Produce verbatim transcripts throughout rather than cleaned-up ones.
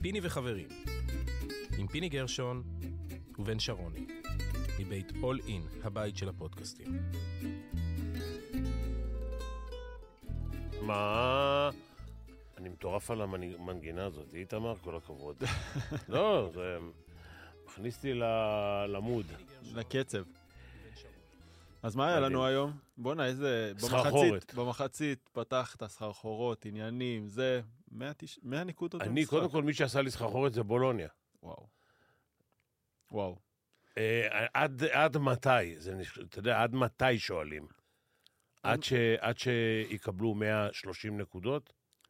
פיני וחברים, עם פיני גרשון ובן שרוני, מבית All In, הבית של הפודקאסטים. מה? אני מטורף על המנגינה הזאת, היא תמר, כל הכבוד. לא, זה מכניס לי למוד. לקצב. אז מה היה לנו היום? בוא'נה, איזה... סחרחורת. במחצית פתחת סחרחורות, עניינים, זה... מאה נקודות במשחק. אני, קודם כל, מי שעשה לי סחרחורת זה בולוניה. וואו. וואו. עד מתי? אתה יודע, עד מתי שואלים? עד שיקבלו מאה ושלושים נקודות?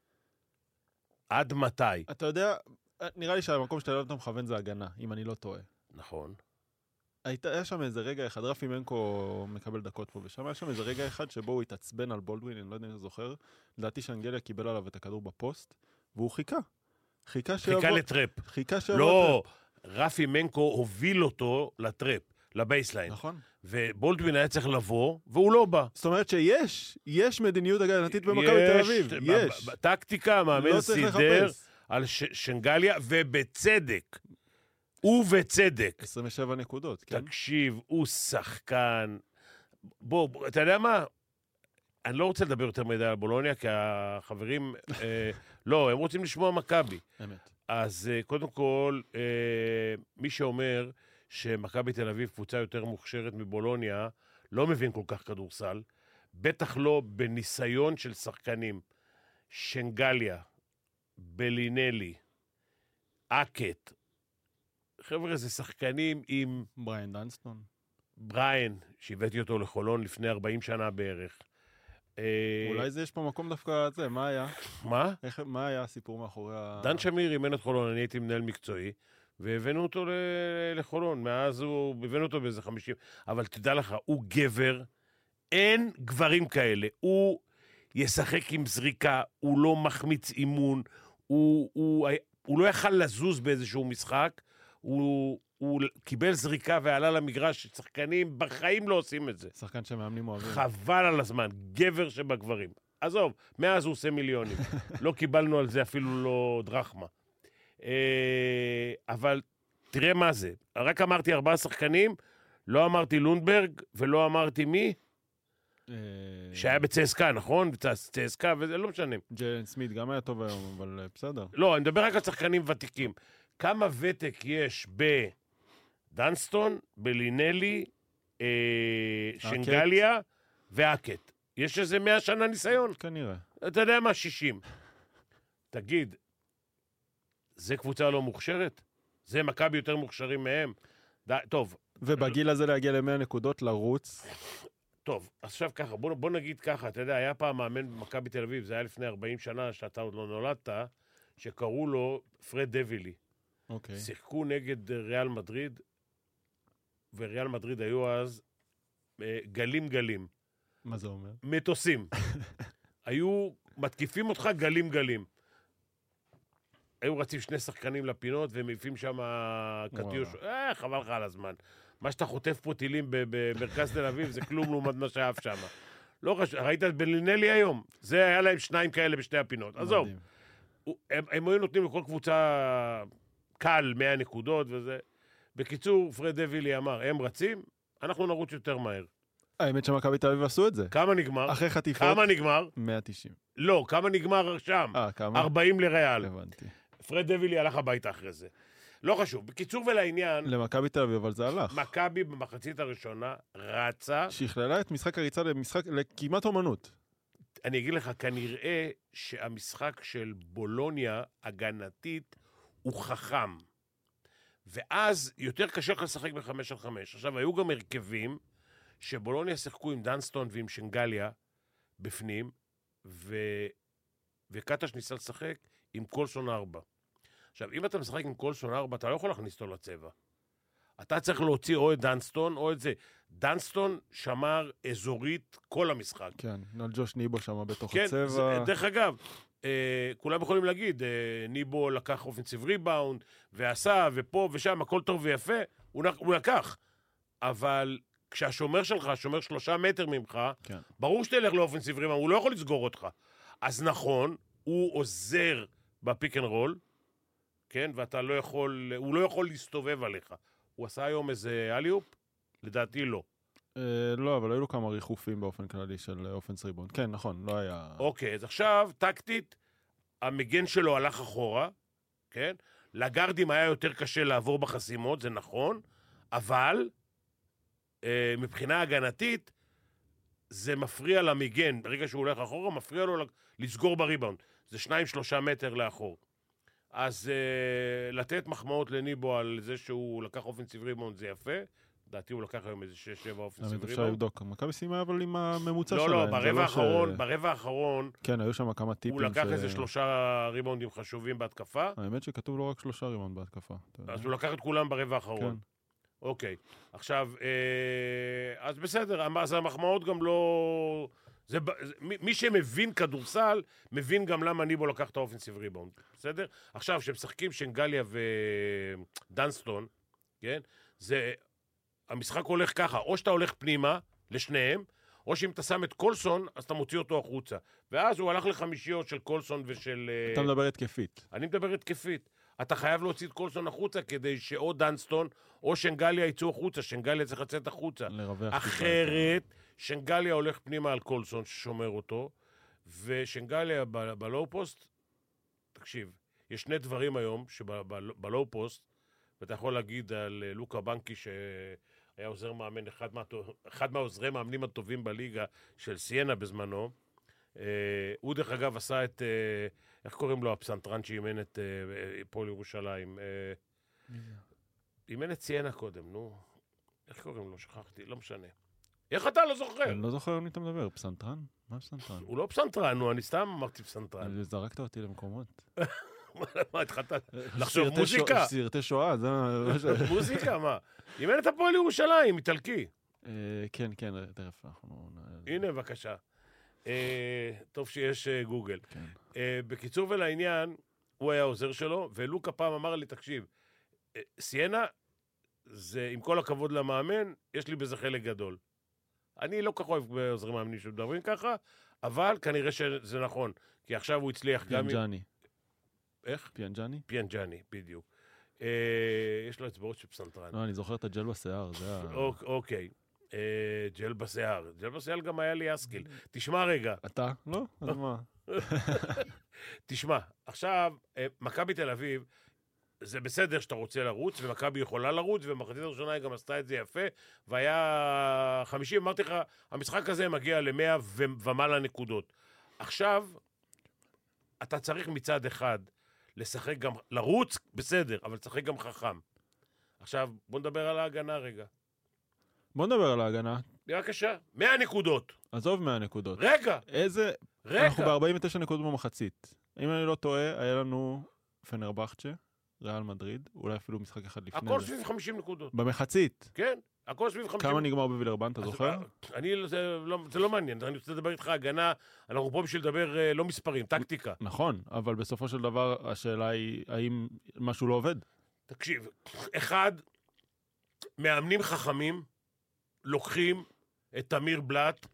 עד מתי? אתה יודע, נראה לי שהמקום שאתה לא אתה מכוון זה הגנה, אם אני לא טועה. נכון. היה שם איזה רגע אחד, רפי מנקו מקבל דקות פה ושם, היה שם איזה רגע אחד שבו הוא התעצבן על בולדווין, אני לא יודע אם אתה זוכר, לדעתי שאנגליה קיבל עליו את הכדור בפוסט, והוא חיכה. חיכה שיבוא... חיכה לטרפ. חיכה שיבוא... לא, רפי מנקו הוביל אותו לטרפ, לבייסליין. נכון. ובולדווין היה צריך לבוא, והוא לא בא. זאת אומרת שיש, יש מדיניות הגנתית במכבי תל אביב. יש. טקטיקה, מאמן סידר על שנגליה, ובצדק. ובצדק. עשרים ושבע נקודות, כן? תקשיב, הוא שחקן. בוא, בוא, אתה יודע מה? אני לא רוצה לדבר יותר מדי על בולוניה, כי החברים, אה, לא, הם רוצים לשמוע מכבי. אמת. אז אה, קודם כל, אה, מי שאומר שמכבי תל אביב קבוצה יותר מוכשרת מבולוניה, לא מבין כל כך כדורסל, בטח לא בניסיון של שחקנים. שנגליה, בלינלי, אקט, חבר'ה, זה שחקנים עם... בריין דנסטון. בריין, שהבאתי אותו לחולון לפני ארבעים שנה בערך. אולי זה יש פה מקום דווקא זה, מה היה? מה? איך, מה היה הסיפור מאחורי ה... דן שמיר אימן את חולון, אני הייתי מנהל מקצועי, והבאנו אותו לחולון, מאז הוא... הבאנו אותו באיזה חמישים, אבל תדע לך, הוא גבר, אין גברים כאלה, הוא ישחק עם זריקה, הוא לא מחמיץ אימון, הוא, הוא, הוא לא יכל לזוז באיזשהו משחק, הוא, הוא קיבל זריקה ועלה למגרש, שחקנים בחיים לא עושים את זה. שחקן שמאמנים אוהבים. חבל על הזמן, גבר שבגברים. עזוב, מאז הוא עושה מיליונים. לא קיבלנו על זה אפילו לא דרחמה. אבל תראה מה זה. רק אמרתי ארבעה שחקנים, לא אמרתי לונדברג ולא אמרתי מי? שהיה בצסקה, נכון? בצסקה, וזה לא משנה. ג'יילן סמית גם היה טוב היום, אבל בסדר. לא, אני מדבר רק על שחקנים ותיקים. כמה ותק יש בדנסטון, בלינלי, אה, שנגליה ואקט? יש איזה מאה שנה ניסיון? כנראה. אתה יודע מה? שישים. תגיד, זה קבוצה לא מוכשרת? זה מכבי יותר מוכשרים מהם? ד... טוב. ובגיל הזה להגיע למאה נקודות לרוץ? טוב, עכשיו ככה, בוא, בוא נגיד ככה, אתה יודע, היה פעם מאמן במכבי תל אביב, זה היה לפני ארבעים שנה, שאתה עוד לא נולדת, שקראו לו פרד דבילי. אוקיי. שיחקו נגד ריאל מדריד, וריאל מדריד היו אז גלים גלים. מה זה אומר? מטוסים. היו מתקיפים אותך גלים גלים. היו רצים שני שחקנים לפינות, והם מעיפים שם קטיוש. אה, חבל לך על הזמן. מה שאתה חוטף פה טילים במרכז תל אביב, זה כלום לעומת מה שאהב שם. לא חשוב, ראית את בלינלי היום? זה היה להם שניים כאלה בשתי הפינות. עזוב. הם, הם היו נותנים לכל קבוצה קל, מאה נקודות וזה. בקיצור, פרד דבילי אמר, הם רצים, אנחנו נרוץ יותר מהר. האמת שמכבי תל אביב עשו את זה. כמה נגמר? אחרי חטיפות. כמה נגמר? מאה ותשעים. לא, כמה נגמר שם? אה, כמה? ארבעים לריאל. הבנתי. פרד דבילי הלך הביתה אחרי זה. לא חשוב. בקיצור ולעניין... למכבי תל אביב, אבל זה הלך. מכבי במחצית הראשונה רצה... שכללה את משחק הריצה למשחק, לכמעט אומנות. אני אגיד לך, כנראה שהמשחק של בולוניה הגנתית הוא חכם. ואז יותר קשה לך לשחק בחמש על חמש. עכשיו, היו גם הרכבים שבולוניה שיחקו עם דנסטון ועם שנגליה בפנים, ו... וקטש ניסה לשחק עם קולסון ארבע. עכשיו, אם אתה משחק עם קולסון ארבע, אתה לא יכול להכניס אותו לצבע. אתה צריך להוציא או את דנסטון או את זה. דנסטון שמר אזורית כל המשחק. כן, נל ג'וש ניבו שמה בתוך כן, הצבע. זה, דרך אגב, אה, כולם יכולים להגיד, אה, ניבו לקח אופנסיב ריבאונד, ועשה, ופה ושם, הכל טוב ויפה, הוא, הוא לקח. אבל כשהשומר שלך, השומר שלושה מטר ממך, כן. ברור שתלך לאופנסיב ריבאונד, הוא לא יכול לסגור אותך. אז נכון, הוא עוזר בפיק אנד רול, כן, ואתה לא יכול, הוא לא יכול להסתובב עליך. הוא עשה היום איזה אליופ? לדעתי לא. לא, אבל היו לו כמה ריחופים באופן כללי של אופנס ריבאונד. כן, נכון, לא היה... אוקיי, אז עכשיו, טקטית, המגן שלו הלך אחורה, כן? לגרדים היה יותר קשה לעבור בחסימות, זה נכון, אבל אה, מבחינה הגנתית, זה מפריע למגן, ברגע שהוא הולך אחורה, מפריע לו לסגור בריבאונד. זה שניים, שלושה מטר לאחור. אז אה, לתת מחמאות לניבו על זה שהוא לקח אופנסיב ריבאונד, זה יפה. לדעתי הוא לקח היום איזה שש שבע אופנסיב ריבאונד. אפשר לבדוק. מכבי סיימה אבל עם הממוצע לא, שלהם. לא, לא, ברבע האחרון, ברבע האחרון, כן, היו שם כמה טיפים. הוא לקח איזה שלושה ריבאונדים חשובים בהתקפה. האמת שכתוב לא רק שלושה ריבאונד בהתקפה. אז הוא לקח את כולם ברבע האחרון. כן. אוקיי. עכשיו, אז בסדר, אז המחמאות גם לא... זה, מי שמבין כדורסל, מבין גם למה ניבו לקח את האופנסיב ריבאונד. בסדר? עכשיו, כשמשחקים שנגליה ודנסטון, כן? זה... המשחק הולך ככה, או שאתה הולך פנימה לשניהם, או שאם אתה שם את קולסון, אז אתה מוציא אותו החוצה. ואז הוא הלך לחמישיות של קולסון ושל... אתה מדבר התקפית. אני מדבר התקפית. אתה חייב להוציא את קולסון החוצה, כדי שאו דנסטון, או שנגליה יצאו החוצה, שנגליה צריך לצאת החוצה. אחרת, שנגליה הולך פנימה על קולסון ששומר אותו, ושנגליה בלואו פוסט, תקשיב, יש שני דברים היום שבלואו פוסט, ואתה יכול להגיד על לוקה בנקי שהיה עוזר מאמן, אחד, מה, אחד מהעוזרי מאמנים הטובים בליגה של סיינה בזמנו. הוא דרך אגב עשה את, איך קוראים לו הפסנתרן שאימן את פועל ירושלים? אימן את סיינה קודם, נו. איך קוראים לו? שכחתי, לא משנה. איך אתה לא זוכר? אני לא זוכר על מי אתה מדבר, פסנתרן? מה פסנתרן? הוא לא פסנתרן, נו, אני סתם אמרתי פסנתרן. זרקת אותי למקומות. מה, התחלת לחשוב מוזיקה? סרטי שואה, זה... מוזיקה, מה? אימן את הפועל ירושלים, איטלקי. כן, כן, תכף אנחנו... הנה, בבקשה. טוב שיש גוגל. בקיצור ולעניין, הוא היה עוזר שלו, ולוקה פעם אמר לי, תקשיב, סיינה, זה עם כל הכבוד למאמן, יש לי בזה חלק גדול. אני לא כך אוהב בעוזרים מאמנים שמדברים ככה, אבל כנראה שזה נכון, כי עכשיו הוא הצליח גם... פיאנג'אני. איך? פיאנג'אני? פיאנג'אני, בדיוק. יש לו אצבעות של פסנתרן. לא, אני זוכר את הג'ל בשיער, זה ה... אוקיי. ג'ל בשיער. ג'ל בשיער גם היה לי אסקיל. תשמע רגע. אתה? לא? אז מה? תשמע, עכשיו, מכבי תל אביב, זה בסדר שאתה רוצה לרוץ, ומכבי יכולה לרוץ, ומחצית הראשונה היא גם עשתה את זה יפה, והיה חמישים, אמרתי לך, המשחק הזה מגיע למאה ומעלה נקודות. עכשיו, אתה צריך מצד אחד לשחק גם, לרוץ, בסדר, אבל לשחק גם חכם. עכשיו, בוא נדבר על ההגנה רגע. בוא נדבר על ההגנה. בבקשה, מאה נקודות. עזוב מאה נקודות. רגע. איזה... רגע. אנחנו ב-ארבעים ותשע נקודות במחצית. אם אני לא טועה, היה לנו פנרבחצ'ה, ריאל מדריד, אולי אפילו משחק אחד לפני. הכל סביב חמישים נקודות. במחצית. כן, הכל סביב חמישים. כמה נגמר בווילרבן, אתה זוכר? אני, זה לא, זה לא מעניין, אני רוצה לדבר איתך הגנה, אנחנו פה בשביל לדבר לא מספרים, טקטיקה. נכון, אבל בסופו של דבר השאלה היא, האם משהו לא עובד? תקשיב, אחד, מאמנים חכמים לוקחים את תמיר בלט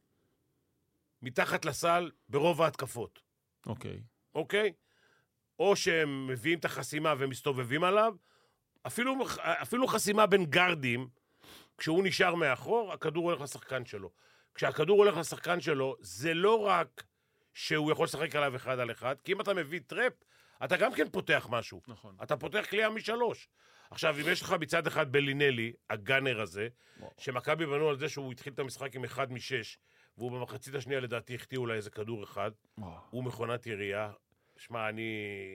מתחת לסל ברוב ההתקפות. אוקיי. אוקיי? או שהם מביאים את החסימה ומסתובבים עליו, אפילו, אפילו חסימה בין גרדים, כשהוא נשאר מאחור, הכדור הולך לשחקן שלו. כשהכדור הולך לשחקן שלו, זה לא רק שהוא יכול לשחק עליו אחד על אחד, כי אם אתה מביא טרפ, אתה גם כן פותח משהו. נכון. אתה פותח קליעה משלוש. עכשיו, אם יש לך מצד אחד בלינלי, הגאנר הזה, וואו. שמכבי בנו על זה שהוא התחיל את המשחק עם אחד משש, והוא במחצית השנייה לדעתי החטיאו לה איזה כדור אחד, וואו. הוא מכונת ירייה. שמע, אני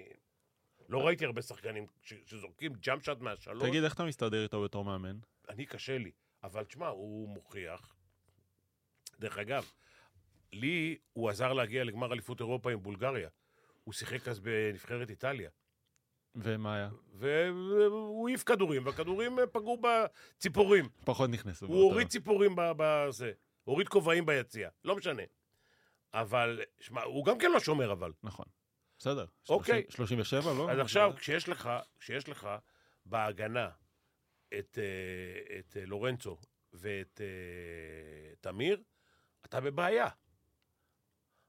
לא ראיתי הרבה שחקנים שזורקים ג'אמפ שאט מהשלוש. תגיד, איך אתה מסתדר איתו בתור מאמן? אני קשה לי, אבל תשמע, הוא מוכיח. דרך אגב, לי הוא עזר להגיע לגמר אליפות אירופה עם בולגריה. הוא שיחק אז בנבחרת איטליה. ומה היה? והוא העיף כדורים, והכדורים פגעו בציפורים. פחות נכנסו. הוא הוריד ציפורים בזה. הוריד כובעים ביציאה. לא משנה. אבל, שמע, הוא גם כן לא שומר, אבל. נכון. בסדר. אוקיי. שלושים ושבע, לא? אז עכשיו, כשיש לך, כשיש לך בהגנה את, את לורנצו ואת תמיר, אתה בבעיה.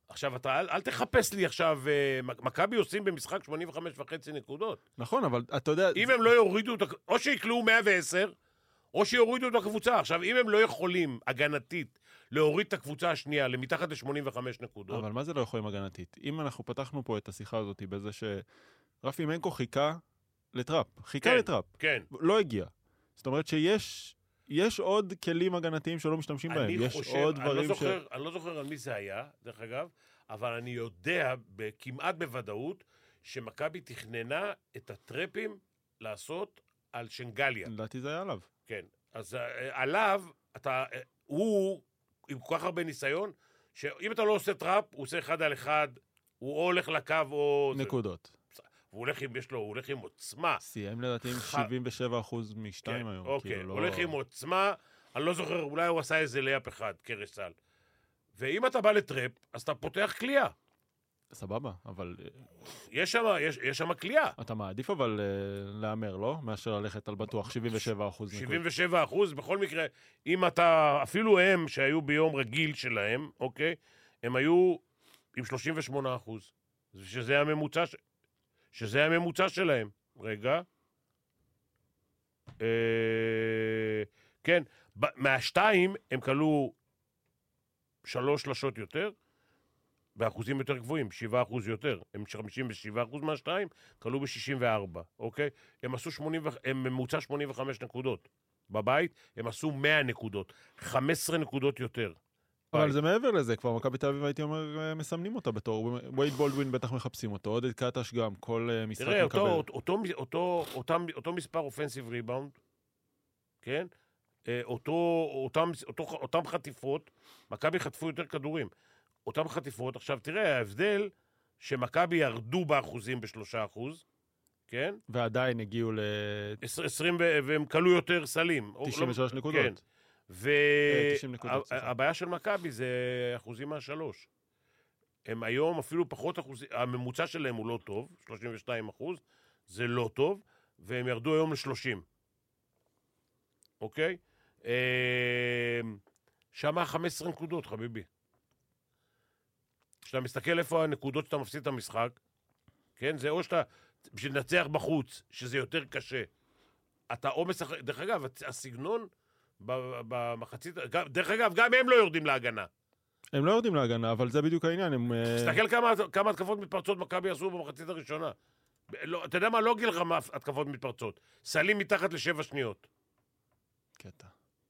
עכשיו, אתה, אל, אל תחפש לי עכשיו, uh, מכבי עושים במשחק שמונים וחמש וחצי נקודות. נכון, אבל אתה יודע... אם הם לא יורידו, או שיקלעו מאה ועשר, או שיורידו את הקבוצה. עכשיו, אם הם לא יכולים, הגנתית, להוריד את הקבוצה השנייה למתחת ל-שמונים וחמש נקודות... אבל מה זה לא יכולים הגנתית? אם אנחנו פתחנו פה את השיחה הזאת בזה שרפי מנקו חיכה לטראפ, חיכה כן, לטראפ, כן. לא הגיע. זאת אומרת שיש יש עוד כלים הגנתיים שלא משתמשים בהם. יש חושב, עוד אני דברים לא זוכר, ש... אני לא זוכר על מי זה היה, דרך אגב, אבל אני יודע כמעט בוודאות שמכבי תכננה את הטרפים לעשות על שנגליה. לדעתי זה היה עליו. כן. אז uh, עליו, אתה, uh, הוא עם כל כך הרבה ניסיון, שאם אתה לא עושה טראפ, הוא עושה אחד על אחד, הוא או הולך לקו או... נקודות. הוא הולך עם, יש לו, הוא הולך עם עוצמה. סיים לדעתי עם שבעים ושבע אחוז משתיים כן, היום. אוקיי, כאילו הוא לא... הולך עם עוצמה, אני לא זוכר, אולי הוא עשה איזה ליאפ אחד, קרש סל. ואם אתה בא לטראפ, אז אתה פותח קליעה. סבבה, אבל... יש שם, יש, יש שם קליעה. אתה מעדיף אבל uh, לאמר, לא? מאשר ללכת על בטוח שבעים ושבע אחוז נקוד. שבעים ושבע אחוז, בכל מקרה, אם אתה, אפילו הם שהיו ביום רגיל שלהם, אוקיי, הם היו עם שלושים ושמונה אחוז. שזה הממוצע, ש... שזה הממוצע שלהם. רגע. אה... כן, מהשתיים הם קלו שלוש שלשות יותר, באחוזים יותר גבוהים, שבעה אחוז יותר. הם חמישים ושבעה אחוז מהשתיים, קלו ב-שישים וארבע, אוקיי? הם עשו שמונים, הם ממוצע שמונים וחמש נקודות. בבית הם עשו מאה נקודות, חמש עשרה נקודות יותר. אבל בית. זה מעבר לזה, כבר מכבי תל אביב הייתי אומר, מסמנים אותה בתור. וייד בולדווין בטח מחפשים אותו, עודד קטש גם, כל משחק תראה, מקבל. אותו, אותו, אותו, אותם, אותו מספר אופנסיב ריבאונד, כן? אותו, אותם, אותו, אותם חטיפות, מכבי חטפו יותר כדורים. אותם חטיפות, עכשיו תראה, ההבדל שמכבי ירדו באחוזים בשלושה אחוז, כן? ועדיין הגיעו ל... עשרים, והם קלו יותר סלים. תשעים ושלוש נקודות. כן. והבעיה של מכבי זה אחוזים מהשלוש. הם היום אפילו פחות אחוזים, הממוצע שלהם הוא לא טוב, שלושים ושתיים אחוז, זה לא טוב, והם ירדו היום ל-שלושים. אוקיי? שמה חמש עשרה נקודות, חביבי. כשאתה מסתכל איפה הנקודות שאתה מפסיד את המשחק, כן? זה או שאתה, בשביל לנצח בחוץ, שזה יותר קשה. אתה או משחק, דרך אגב, הסגנון במחצית, דרך אגב, גם הם לא יורדים להגנה. הם לא יורדים להגנה, אבל זה בדיוק העניין. הם... תסתכל כמה, כמה התקפות מתפרצות מכבי עשו במחצית הראשונה. לא, אתה יודע מה? לא גיל לך מה התקפות מתפרצות. סלים מתחת לשבע שניות. קטע.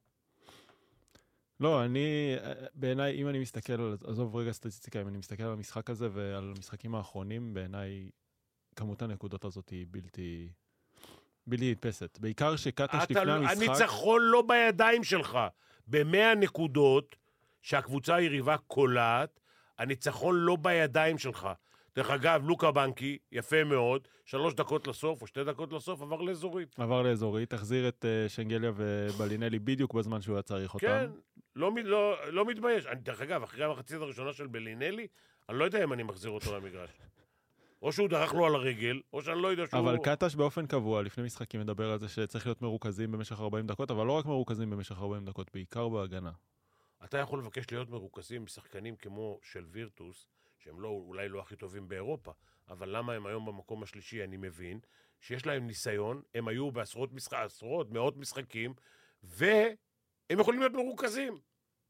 לא, אני, בעיניי, אם אני מסתכל על, עזוב רגע סטטיסטיקה, אם אני מסתכל על המשחק הזה ועל המשחקים האחרונים, בעיניי, כמות הנקודות הזאת היא בלתי, בלתי נתפסת. בעיקר שקטש לפני המשחק... הניצחון לא בידיים שלך. במאה נקודות, שהקבוצה היריבה קולעת, הניצחון לא בידיים שלך. דרך אגב, לוקה בנקי, יפה מאוד, שלוש דקות לסוף, או שתי דקות לסוף, עבר לאזורית. עבר לאזורית, תחזיר את uh, שנגליה ובלינלי בדיוק בזמן שהוא היה צריך אותם. כן, לא, לא, לא מתבייש. אני, דרך אגב, אחרי המחצית הראשונה של בלינלי, אני לא יודע אם אני מחזיר אותו למגרש. או שהוא דרך לו על הרגל, או שאני לא יודע שהוא... אבל קטש באופן קבוע, לפני משחקים מדבר על זה שצריך להיות מרוכזים במשך ארבעים דקות, אבל לא רק מרוכזים במשך ארבעים דקות, בעיקר בהגנה. אתה יכול לבקש להיות מרוכזים בשחקנים כמו של וירטוס, שהם לא, אולי לא הכי טובים באירופה, אבל למה הם היום במקום השלישי, אני מבין, שיש להם ניסיון, הם היו בעשרות משחקים, עשרות, מאות משחקים, והם יכולים להיות מרוכזים.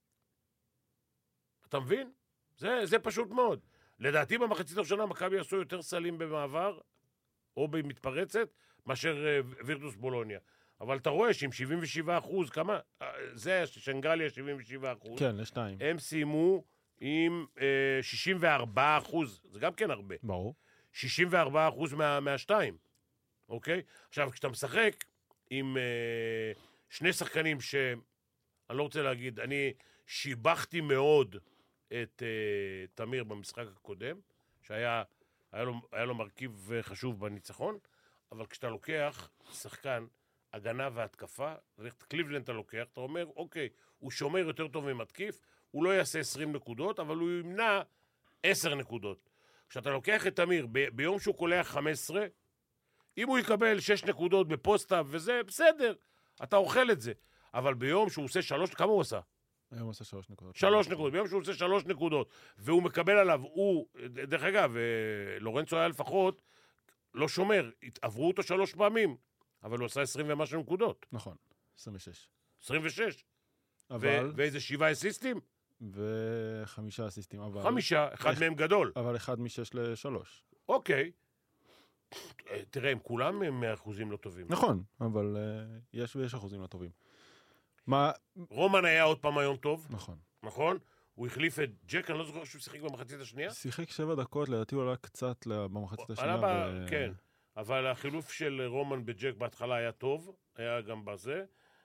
אתה מבין? זה, זה פשוט מאוד. לדעתי במחצית הראשונה מכבי עשו יותר סלים במעבר, או במתפרצת, מאשר וירטוס בולוניה. אבל אתה רואה שעם שבעים ושבעה אחוז, כמה? זה שנגליה שבעים ושבעה אחוז. כן, לשתיים. הם סיימו עם אה, שישים וארבעה אחוז, זה גם כן הרבה. ברור. שישים וארבעה אחוז מה, מהשתיים, אוקיי? עכשיו, כשאתה משחק עם אה, שני שחקנים ש... אני לא רוצה להגיד, אני שיבחתי מאוד את אה, תמיר במשחק הקודם, שהיה היה לו, היה לו מרכיב חשוב בניצחון, אבל כשאתה לוקח שחקן, הגנה והתקפה, ואת קליבלנד אתה לוקח, אתה אומר, אוקיי, הוא שומר יותר טוב ממתקיף, הוא לא יעשה עשרים נקודות, אבל הוא ימנע עשר נקודות. כשאתה לוקח את תמיר, ב- ביום שהוא קולח חמש עשרה, אם הוא יקבל שש נקודות בפוסט-אפ וזה, בסדר, אתה אוכל את זה. אבל ביום שהוא עושה שלוש, כמה הוא עשה? היום עושה שלוש נקודות. שלוש נקודות, ביום שהוא עושה שלוש נקודות, והוא מקבל עליו, הוא, דרך אגב, לורנצו היה לפחות, לא שומר, התעברו אותו שלוש פעמים, אבל הוא עשה עשרים ומשהו נקודות. נכון, עשרים ושש. עשרים ושש. אבל... ואיזה שבעה אסיסטים? וחמישה אסיסטים, אבל... חמישה, אחד מהם גדול. אבל אחד משש לשלוש. אוקיי. תראה, הם כולם הם אחוזים לא טובים. נכון, אבל יש ויש אחוזים לא טובים. מה... רומן היה עוד פעם היום טוב. נכון. נכון? הוא החליף את ג'ק, אני לא זוכר שהוא שיחק במחצית השנייה. שיחק שבע דקות, לדעתי הוא עלה קצת במחצית השנייה. עלה ב... כן. אבל החילוף של רומן בג'ק בהתחלה היה טוב, היה גם בזה.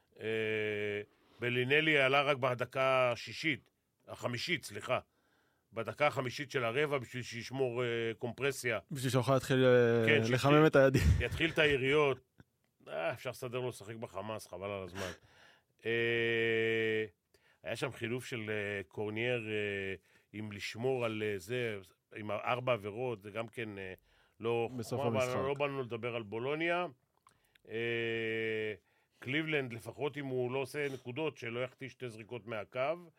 בלינלי עלה רק בדקה השישית, החמישית, סליחה. בדקה החמישית של הרבע, בשביל שישמור קומפרסיה. בשביל שאוכל להתחיל לחמם את הידים. יתחיל את היריות. אפשר לסדר לו לשחק בחמאס, חבל על הזמן. היה שם חילוף של קורנייר עם לשמור על זה, עם ארבע עבירות, זה גם כן לא... בסוף המשחק. לא באנו לדבר על בולוניה. קליבלנד, לפחות אם הוא לא עושה נקודות, שלא יחטיא שתי זריקות מהקו.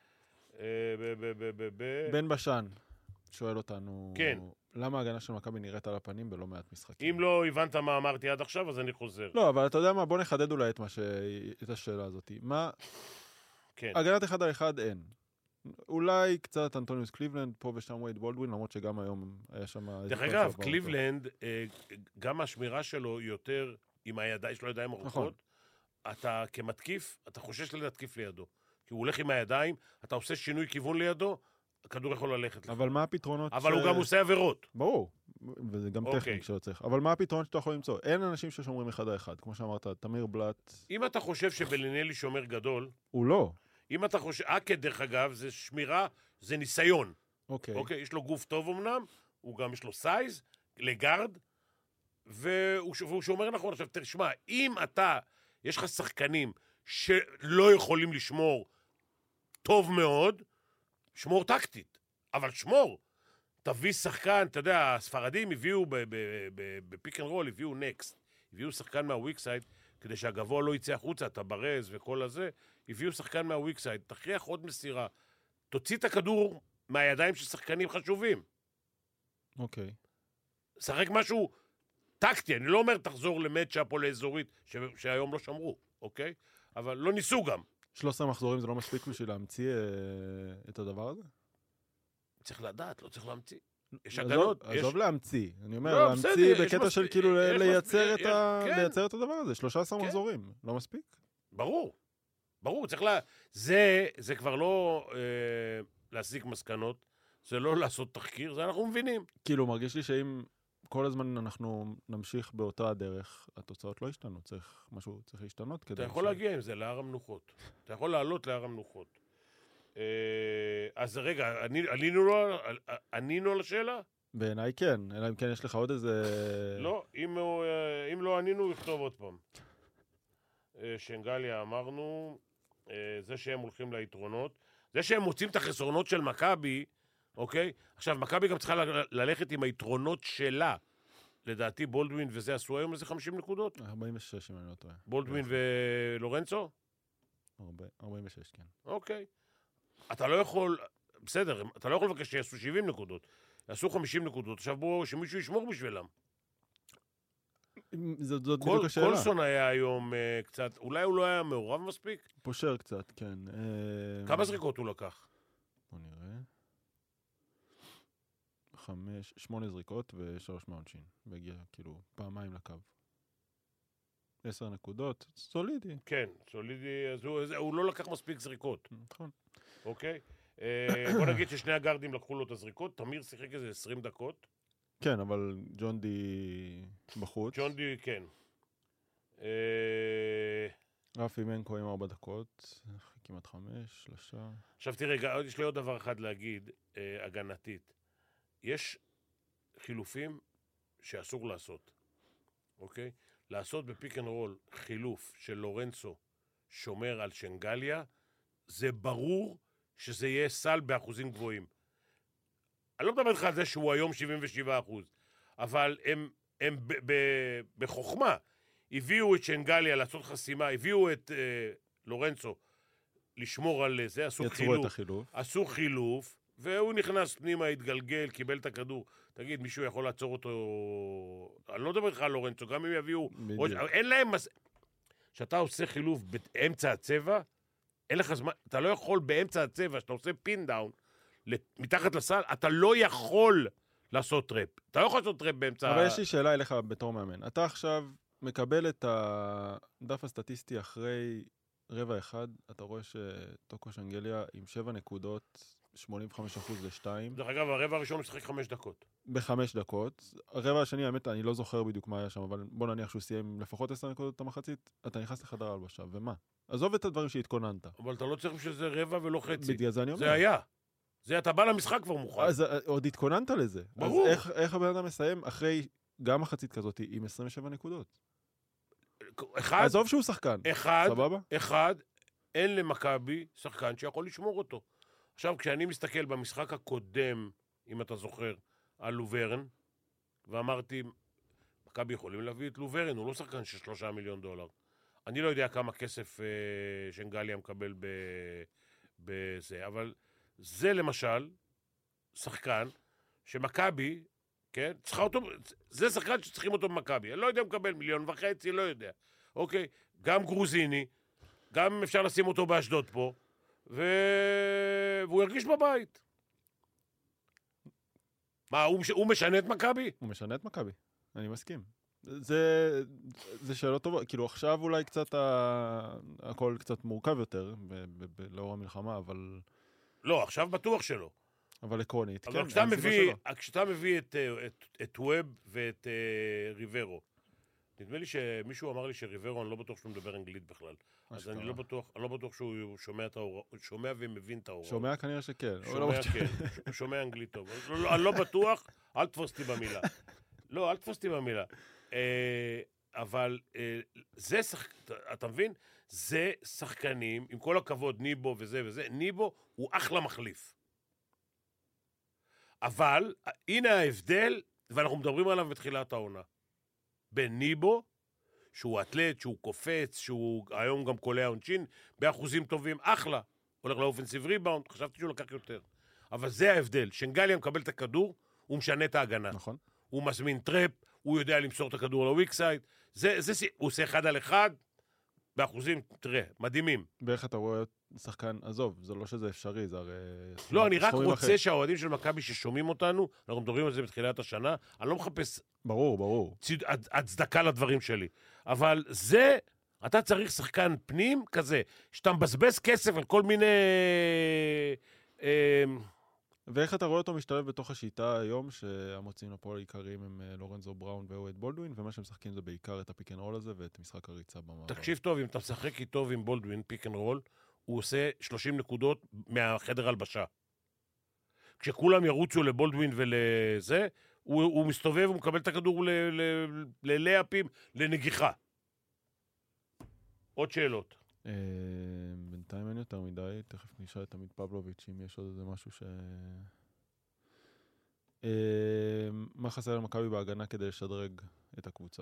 בן בשן שואל אותנו, כן. למה ההגנה של מכבי נראית על הפנים בלא מעט משחקים? אם לא הבנת מה אמרתי עד עכשיו, אז אני חוזר. לא, אבל אתה יודע מה, בוא נחדד אולי את, ש... את השאלה הזאת. מה... כן. הגנת אחד על אחד אין. אולי קצת אנטוניוס קליבלנד, פה ושם וייד בולדווין, למרות שגם היום היה שם... דרך אגב, קליבלנד, גם השמירה שלו יותר עם הידיים, יש לו ידיים ארוכות. נכון. אתה כמתקיף, אתה חושש להתקיף לידו. כי הוא הולך עם הידיים, אתה עושה שינוי כיוון לידו, הכדור יכול ללכת. אבל מה הפתרונות? אבל הוא גם עושה עבירות. ברור, וזה גם טכניק שלא צריך. אבל מה הפתרונות שאתה יכול למצוא? אין אנשים ששומרים אחד על אחד, כמו שאמרת, תמיר בלט. אם אתה חושב שבלינלי שומר גדול... הוא לא. אם אתה חושב... אקד, דרך אגב, זה שמירה, זה ניסיון. אוקיי. אוקיי, יש לו גוף טוב אמנם, הוא גם יש לו סייז, לגארד, והוא שומר נכון. עכשיו, תשמע, אם אתה... יש לך שחקנים שלא יכולים לשמור טוב מאוד, שמור טקטית, אבל שמור. תביא שחקן, אתה יודע, הספרדים הביאו בפיק אנד רול, הביאו נקסט, הביאו שחקן מהוויק סייד, כדי שהגבוה לא יצא החוצה, אתה ברז וכל הזה, הביאו שחקן מהוויק סייד, תכריח עוד מסירה, תוציא את הכדור מהידיים של שחקנים חשובים. אוקיי. שחק משהו טקטי, אני לא אומר תחזור למצ'אפ או לאזורית, שהיום לא שמרו, אוקיי? אבל לא ניסו גם. שלוש עשרה מחזורים זה לא מספיק בשביל להמציא אה, את הדבר הזה? צריך לדעת, לא צריך להמציא. יש הגנות. עזוב להמציא. אני אומר, להמציא בקטע של כאילו לייצר את הדבר הזה. שלוש עשרה מחזורים. לא מספיק? ברור. ברור. צריך לה... זה כבר לא להסיק מסקנות, זה לא לעשות תחקיר, זה אנחנו מבינים. כאילו, מרגיש לי שאם כל הזמן אנחנו נמשיך באותה הדרך, התוצאות לא ישתנו. צריך משהו, צריך להשתנות כדי... אתה יכול להגיע עם זה להר המנוחות. אתה יכול לעלות להר המנוחות. אז רגע, ענינו על השאלה? בעיניי כן, אלא אם כן יש לך עוד איזה... לא, אם לא ענינו, הוא יכתוב עוד פעם. שנגליה אמרנו, זה שהם הולכים ליתרונות, זה שהם מוצאים את החסרונות של מכבי, אוקיי? עכשיו, מכבי גם צריכה ללכת עם היתרונות שלה. לדעתי בולדווין וזה עשו היום איזה חמישים נקודות? ארבעים ושש אם אני לא טועה. בולדווין ולורנצו? ארבעים ושש, כן. אוקיי. אתה לא יכול, בסדר, אתה לא יכול לבקש שיעשו שבעים נקודות. יעשו חמישים נקודות, עכשיו בואו שמישהו ישמור בשבילם. זאת בדיוק השאלה. קולסון היה היום קצת, אולי הוא לא היה מעורב מספיק? פושר קצת, כן. כמה זריקות הוא לקח? בוא נראה. חמש, שמונה זריקות ושלוש מעונשין. והגיע כאילו פעמיים לקו. עשר נקודות, סולידי. כן, סולידי, אז הוא, הוא לא לקח מספיק זריקות. נכון. אוקיי? בוא נגיד ששני הגארדים לקחו לו את הזריקות, תמיר שיחק איזה עשרים דקות. כן, אבל ג'ון די בחוץ. ג'ון די, כן. רפי מנקו עם ארבע דקות, כמעט חמש, שלושה. עכשיו תראה, יש לי עוד דבר אחד להגיד, הגנתית. יש חילופים שאסור לעשות, אוקיי? לעשות בפיק אנד רול חילוף של לורנצו שומר על שנגליה, זה ברור שזה יהיה סל באחוזים גבוהים. אני לא מדבר איתך על זה שהוא היום שבעים ושבעה אחוז, אבל הם, הם ב- ב- בחוכמה הביאו את שנגליה לעשות חסימה, הביאו את אה, לורנצו לשמור על זה, עשו יצרו חילוף. את החילוף. עשו חילוף, והוא נכנס פנימה, התגלגל, קיבל את הכדור. תגיד, מישהו יכול לעצור אותו... אני לא מדבר לך על לורנצו, גם אם יביאו... ראש... אין להם... מס... כשאתה עושה חילוף באמצע הצבע, אין לך זמן... אתה לא יכול באמצע הצבע, כשאתה עושה פין דאון, מתחת לסל, אתה לא יכול לעשות טראפ. אתה לא יכול לעשות טראפ באמצע... אבל יש לי שאלה אליך בתור מאמן. אתה עכשיו מקבל את הדף הסטטיסטי אחרי רבע אחד, אתה רואה שטוקו שנגליה עם שבע נקודות, שמונים וחמישה אחוז לשתיים. דרך אגב, הרבע הראשון משחק חמש דקות. בחמש דקות. הרבע השני, האמת, אני לא זוכר בדיוק מה היה שם, אבל בוא נניח שהוא סיים לפחות עשר נקודות את המחצית, אתה נכנס לחדר הלבשה, ומה? עזוב את הדברים שהתכוננת. אבל אתה לא צריך שזה רבע ולא חצי. בגלל זה אני אומר. זה היה. זה אתה בא למשחק כבר מוכן. אז עוד התכוננת לזה. ברור. אז איך, איך הבן אדם מסיים אחרי גם מחצית כזאת עם עשרים ושבע נקודות? אחד, עזוב שהוא שחקן. אחד, סבבה? אחד, אין למכבי שחקן שיכול לשמור אותו. עכשיו, כשאני מסתכל במשחק הקודם, אם אתה זוכר, על לוברן, ואמרתי, מכבי יכולים להביא את לוברן, הוא לא שחקן של שלושה מיליון דולר. אני לא יודע כמה כסף אה, שנגליה מקבל ב, בזה, אבל זה למשל שחקן שמכבי, כן, צריכה אותו, זה שחקן שצריכים אותו במכבי. אני לא יודע אם מקבל מיליון וחצי, לא יודע. אוקיי, גם גרוזיני, גם אפשר לשים אותו באשדוד פה, ו... והוא ירגיש בבית. מה, הוא, מש... הוא משנה את מכבי? הוא משנה את מכבי, אני מסכים. זה, זה שאלות טובות, כאילו עכשיו אולי קצת, ה... הכל קצת מורכב יותר, ב... ב... ב... לאור המלחמה, אבל... לא, עכשיו בטוח שלא. אבל עקרונית, אבל כן, כשאתה אין סיבה מביא, שלא. כשאתה מביא את, את, את ווב ואת uh, ריברו, נדמה לי שמישהו אמר לי שריברו, אני לא בטוח שהוא מדבר אנגלית בכלל. אז אני לא בטוח, אני לא בטוח שהוא שומע את ההוראות, שומע ומבין את ההוראות. שומע כנראה שכן. שומע, כן. הוא שומע אנגלית טוב. אני לא בטוח, אל תפוס אותי במילה. לא, אל תפוס אותי במילה. אבל זה, אתה מבין? זה שחקנים, עם כל הכבוד, ניבו וזה וזה, ניבו הוא אחלה מחליף. אבל, הנה ההבדל, ואנחנו מדברים עליו בתחילת העונה. בין ניבו, שהוא אתלט, שהוא קופץ, שהוא היום גם קולע עונשין, באחוזים טובים, אחלה. הולך לאופנסיב ריבאונד, חשבתי שהוא לקח יותר. אבל זה ההבדל. שנגליה מקבל את הכדור, הוא משנה את ההגנה. נכון. הוא מזמין טראפ, הוא יודע למסור את הכדור לוויק סייד, זה, זה, הוא עושה אחד על אחד, באחוזים, תראה, מדהימים. ואיך אתה רואה שחקן, עזוב, זה לא שזה אפשרי, זה הרי... לא, אני רק רוצה אחרי. שהאוהדים של מכבי ששומעים אותנו, אנחנו מדברים על זה בתחילת השנה, אני לא מחפש... ברור, ברור. צד, הצדקה לדברים שלי. אבל זה, אתה צריך שחקן פנים כזה, שאתה מבזבז כסף על כל מיני... אה, ואיך אתה רואה אותו משתלב בתוך השיטה היום, שהמוציאים לפועל העיקריים הם לורנזו בראון ואוהד בולדווין, ומה שהם משחקים זה בעיקר את הפיק אנד רול הזה ואת משחק הריצה במעבר. תקשיב טוב, אם אתה משחק איתו עם בולדווין, פיק אנד רול, הוא עושה שלושים נקודות מהחדר הלבשה. כשכולם ירוצו לבולדווין ולזה, הוא, הוא מסתובב, הוא מקבל את הכדור ללאפים, לנגיחה. עוד שאלות. בינתיים אין יותר מדי, תכף נשאל את עמית פבלוביץ' אם יש עוד איזה משהו ש... מה חסר למכבי בהגנה כדי לשדרג את הקבוצה?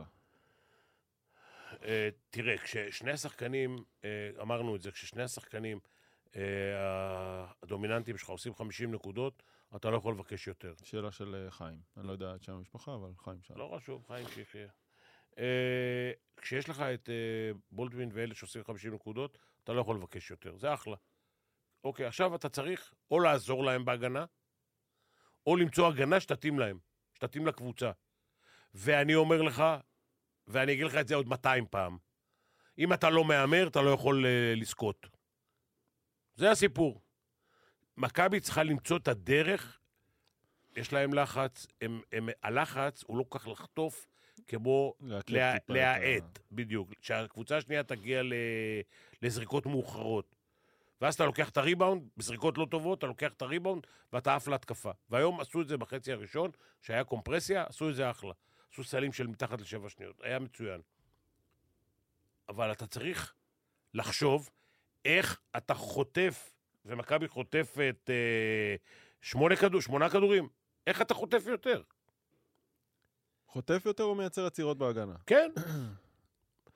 תראה, כששני השחקנים, אמרנו את זה, כששני השחקנים הדומיננטיים שלך עושים חמישים נקודות, אתה לא יכול לבקש יותר. שאלה של חיים. אני לא יודע את שם המשפחה, אבל חיים שאל. לא חשוב, חיים שיחיה. כשיש לך את בולדווין ואלה שעושים חמישים נקודות, אתה לא יכול לבקש יותר. זה אחלה. אוקיי, עכשיו אתה צריך או לעזור להם בהגנה, או למצוא הגנה שתתאים להם, שתתאים לקבוצה. ואני אומר לך, ואני אגיד לך את זה עוד מאתיים פעם, אם אתה לא מאמר, אתה לא יכול לזכות. זה הסיפור. מכבי צריכה למצוא את הדרך, יש להם לחץ, הם, הם, הלחץ הוא לא כל כך לחטוף, כמו לה, להעט, בדיוק. שהקבוצה השנייה תגיע לזריקות מאוחרות. ואז אתה לוקח את הריבאונד, בזריקות לא טובות, אתה לוקח את הריבאונד, ואתה עף להתקפה. והיום עשו את זה בחצי הראשון, שהיה קומפרסיה, עשו את זה אחלה. עשו סלים של מתחת לשבע שניות. היה מצוין. אבל אתה צריך לחשוב איך אתה חוטף, ומכבי חוטפת אה, שמונה כדור, שמונה כדורים. איך אתה חוטף יותר? חוטף יותר או מייצר עצירות בהגנה? כן.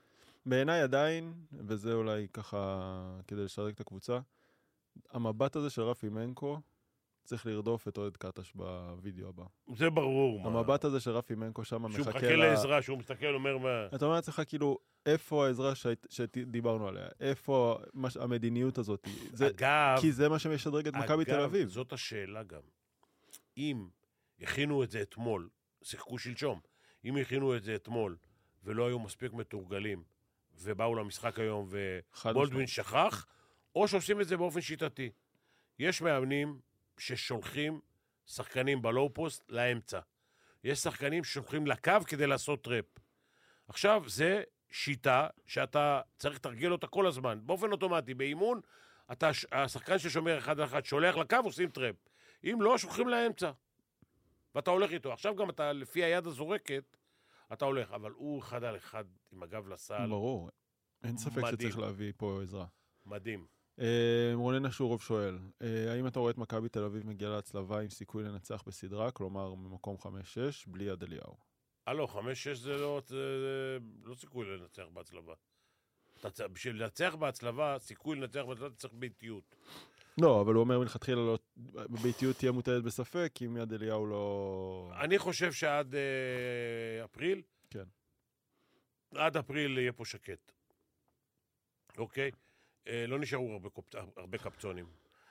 בעיניי עדיין, וזה אולי ככה כדי לשדרג את הקבוצה, המבט הזה של רפי מנקו צריך לרדוף את אוהד קטש בווידאו הבא. זה ברור. המבט הזה של רפי מנקו שם מחכה... שהוא מחכה לעזרה, שהוא מסתכל, אומר מה... אתה אומר לעצמך כאילו, איפה העזרה שדיברנו עליה? איפה המדיניות הזאת? אגב... כי זה מה שמשדרג את מכבי תל אביב. אגב, זאת השאלה גם. אם הכינו את זה אתמול, שיחקו שלשום, אם הכינו את זה אתמול, ולא היו מספיק מתורגלים, ובאו למשחק היום, ובולדווין שכח, או שעושים את זה באופן שיטתי. יש מאמנים ששולחים שחקנים בלואו פוסט לאמצע. יש שחקנים ששולחים לקו כדי לעשות טראפ. עכשיו, זה שיטה שאתה צריך לתרגל אותה כל הזמן. באופן אוטומטי, באימון, אתה, השחקן ששומר אחד על אחד שולח לקו, עושים טראפ. אם לא, שולחים לאמצע. ואתה הולך איתו. עכשיו גם אתה, לפי היד הזורקת, אתה הולך. אבל הוא אחד על אחד עם הגב לסל. ברור. אין ספק מדהים. שצריך להביא פה עזרה. מדהים. רונן אשורוב שואל, האם אתה רואה את מכבי תל אביב מגיעה להצלבה עם סיכוי לנצח בסדרה, כלומר ממקום חמש שש, בלי עד אליהו? אה לא, חמש שש זה לא, זה לא סיכוי לנצח בהצלבה. אתה, בשביל לנצח בהצלבה, סיכוי לנצח בהצלבה, אתה צריך ביתיות. לא, אבל הוא אומר מלכתחילה, לא, ביתיות תהיה מוטלת בספק, אם יד אליהו לא... אני חושב שעד אה, אפריל, כן. עד אפריל יהיה פה שקט. אוקיי? לא נשארו הרבה, הרבה קפצונים.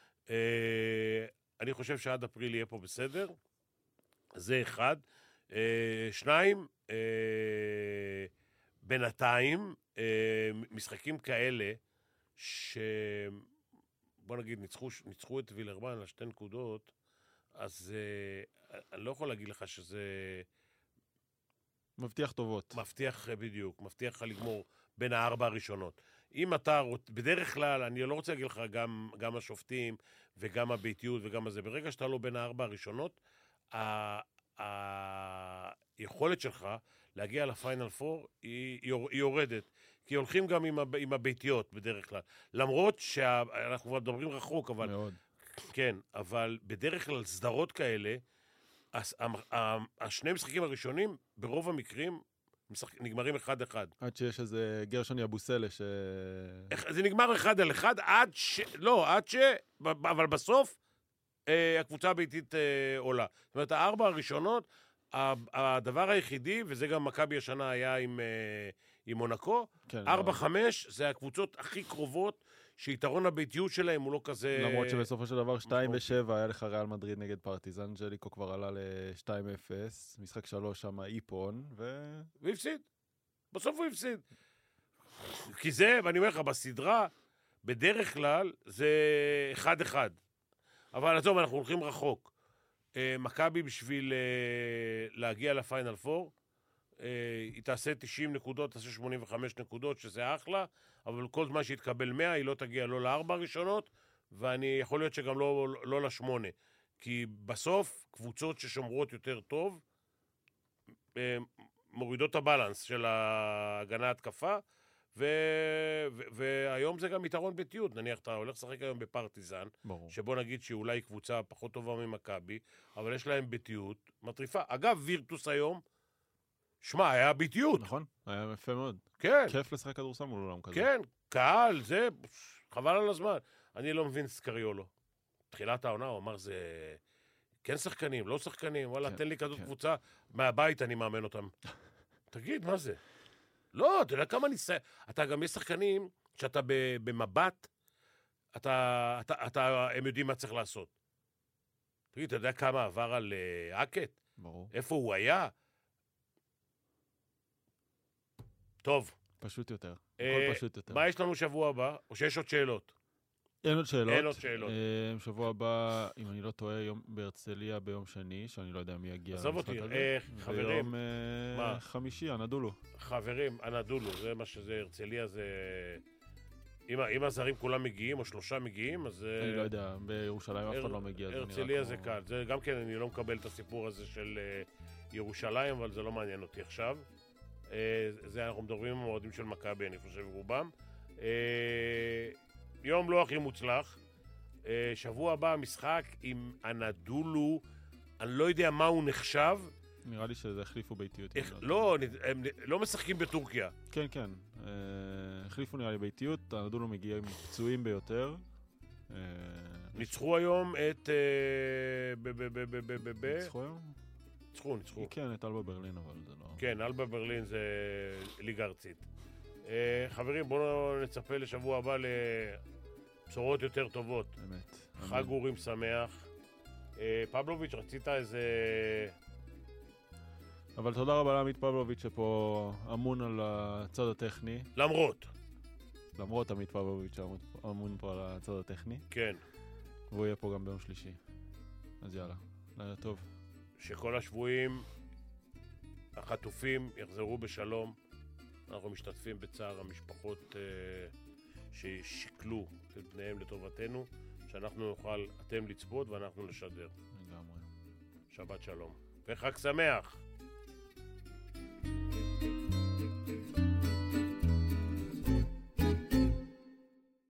אני חושב שעד אפריל יהיה פה בסדר. זה אחד. שניים, בינתיים, משחקים כאלה, ש... בוא נגיד, ניצחו, ניצחו את וילרבן על שתי נקודות, אז אני לא יכול להגיד לך שזה... מבטיח טובות. מבטיח בדיוק, מבטיח לך לגמור בין הארבע הראשונות. אם אתה, בדרך כלל, אני לא רוצה להגיד לך גם, גם השופטים וגם הביתיות וגם הזה, ברגע שאתה לא בין הארבע הראשונות, היכולת שלך להגיע לפיינל פור היא, היא יורדת, כי הולכים גם עם, עם הביתיות בדרך כלל. למרות שאנחנו כבר מדברים רחוק, אבל... מאוד. כן, אבל בדרך כלל סדרות כאלה, השני משחקים הראשונים, ברוב המקרים, נגמרים אחד אחד. עד שיש איזה גרשון יבוסלה ש... זה נגמר אחד על אחד עד ש... לא, עד ש... אבל בסוף הקבוצה הביתית עולה. זאת אומרת, הארבע הראשונות, הדבר היחידי, וזה גם מכבי השנה היה עם, עם מונקו, ארבע חמש זה הקבוצות הכי קרובות, שיתרון הביתיות שלהם הוא לא כזה... למרות שבסופו של דבר שתיים ושבע היה לך ריאל מדריד נגד פרטיזן, ג'ליקו כבר עלה ל-שתיים אפס, משחק שלוש שם איפון, ו... והפסיד. בסוף הוא הפסיד. כי זה, ואני אומר לך, בסדרה, בדרך כלל זה אחד אחד. אבל עזוב, אנחנו הולכים רחוק. מכבי בשביל להגיע לפיינל פור, היא תעשה תשעים נקודות, תעשה שמונים וחמש נקודות, שזה אחלה, אבל כל זמן שהתקבל מאה, היא לא תגיע לא לארבע הראשונות, ואני יכול להיות שגם לא, לא לשמונה. כי בסוף, קבוצות ששומרות יותר טוב, מורידות את הבלנס של ההגנה התקפה, ו... ו... והיום זה גם יתרון ביתיות. נניח, אתה הולך לשחק היום בפרטיזן, ברור. שבוא נגיד שאולי קבוצה פחות טובה ממכבי, אבל יש להם ביתיות מטריפה. אגב, וירטוס היום, שמע, היה ביתיות. נכון, היה יפה מאוד. כן. כיף לשחק כדורסל מול עולם כזה. כן, קהל, זה חבל על הזמן. אני לא מבין סקריולו. תחילת העונה, הוא אמר, זה כן שחקנים, לא שחקנים, וואלה, כן, תן לי כזאת כן. קבוצה, מהבית אני מאמן אותם. תגיד, מה זה? לא, אתה יודע כמה ניסיון. אתה גם יש שחקנים שאתה במבט, אתה, אתה, אתה, הם יודעים מה צריך לעשות. תגיד, אתה יודע כמה עבר על uh, אקט? ברור. איפה הוא היה? טוב. פשוט יותר. אה, הכל פשוט יותר. מה יש לנו שבוע הבא? או שיש עוד שאלות? אין עוד שאלות. אין עוד שאלות. אה, שבוע הבא, אם אני לא טועה, יום בהרצליה ביום שני, שאני לא יודע מי יגיע למשחק הזה. עזוב אותי, אה, חברים. ויום אה, חמישי, אנדולו. חברים, אנדולו, זה מה שזה, הרצליה זה... אם, אם הזרים כולם מגיעים, או שלושה מגיעים, אז... אני לא יודע, בירושלים אף אחד לא מגיע. הרצליה זה קל. זה גם כן, אני לא מקבל את הסיפור הזה של ירושלים, אבל זה לא מעניין אותי עכשיו. זה אנחנו מדברים עם המועדים של מכבי, אני חושב, רובם. יום לא הכי מוצלח. שבוע הבא משחק עם אנדולו, אני לא יודע מה הוא נחשב, נראה לי שזה החליפו ביתיות. איך, לא, הם לא משחקים בטורקיה. כן, כן. אה, החליפו נראה לי ביתיות, הנדולו מגיעים פצועים ביותר. אה, ניצחו היום את... אה, ב... ב... ב... ב... ב... ב... ניצחו היום? ניצחו, ניצחו. כן, את אלבה ברלין, אבל זה לא... כן, אלבה ברלין זה ליגה ארצית. אה, חברים, בואו נצפה לשבוע הבא לבשורות יותר טובות. אמת. חג אורים שמח. אה, פבלוביץ', רצית איזה... אבל תודה רבה לעמית פבלוביץ' שפה אמון על הצד הטכני. למרות. למרות עמית פבלוביץ' אמון פה על הצד הטכני. כן. והוא יהיה פה גם ביום שלישי. אז יאללה, לילה טוב. שכל השבויים החטופים יחזרו בשלום. אנחנו משתתפים בצער המשפחות אה, ששיקלו את בניהם לטובתנו, שאנחנו נוכל, אתם לצפות ואנחנו לשדר. לגמרי. שבת שלום. וחג שמח.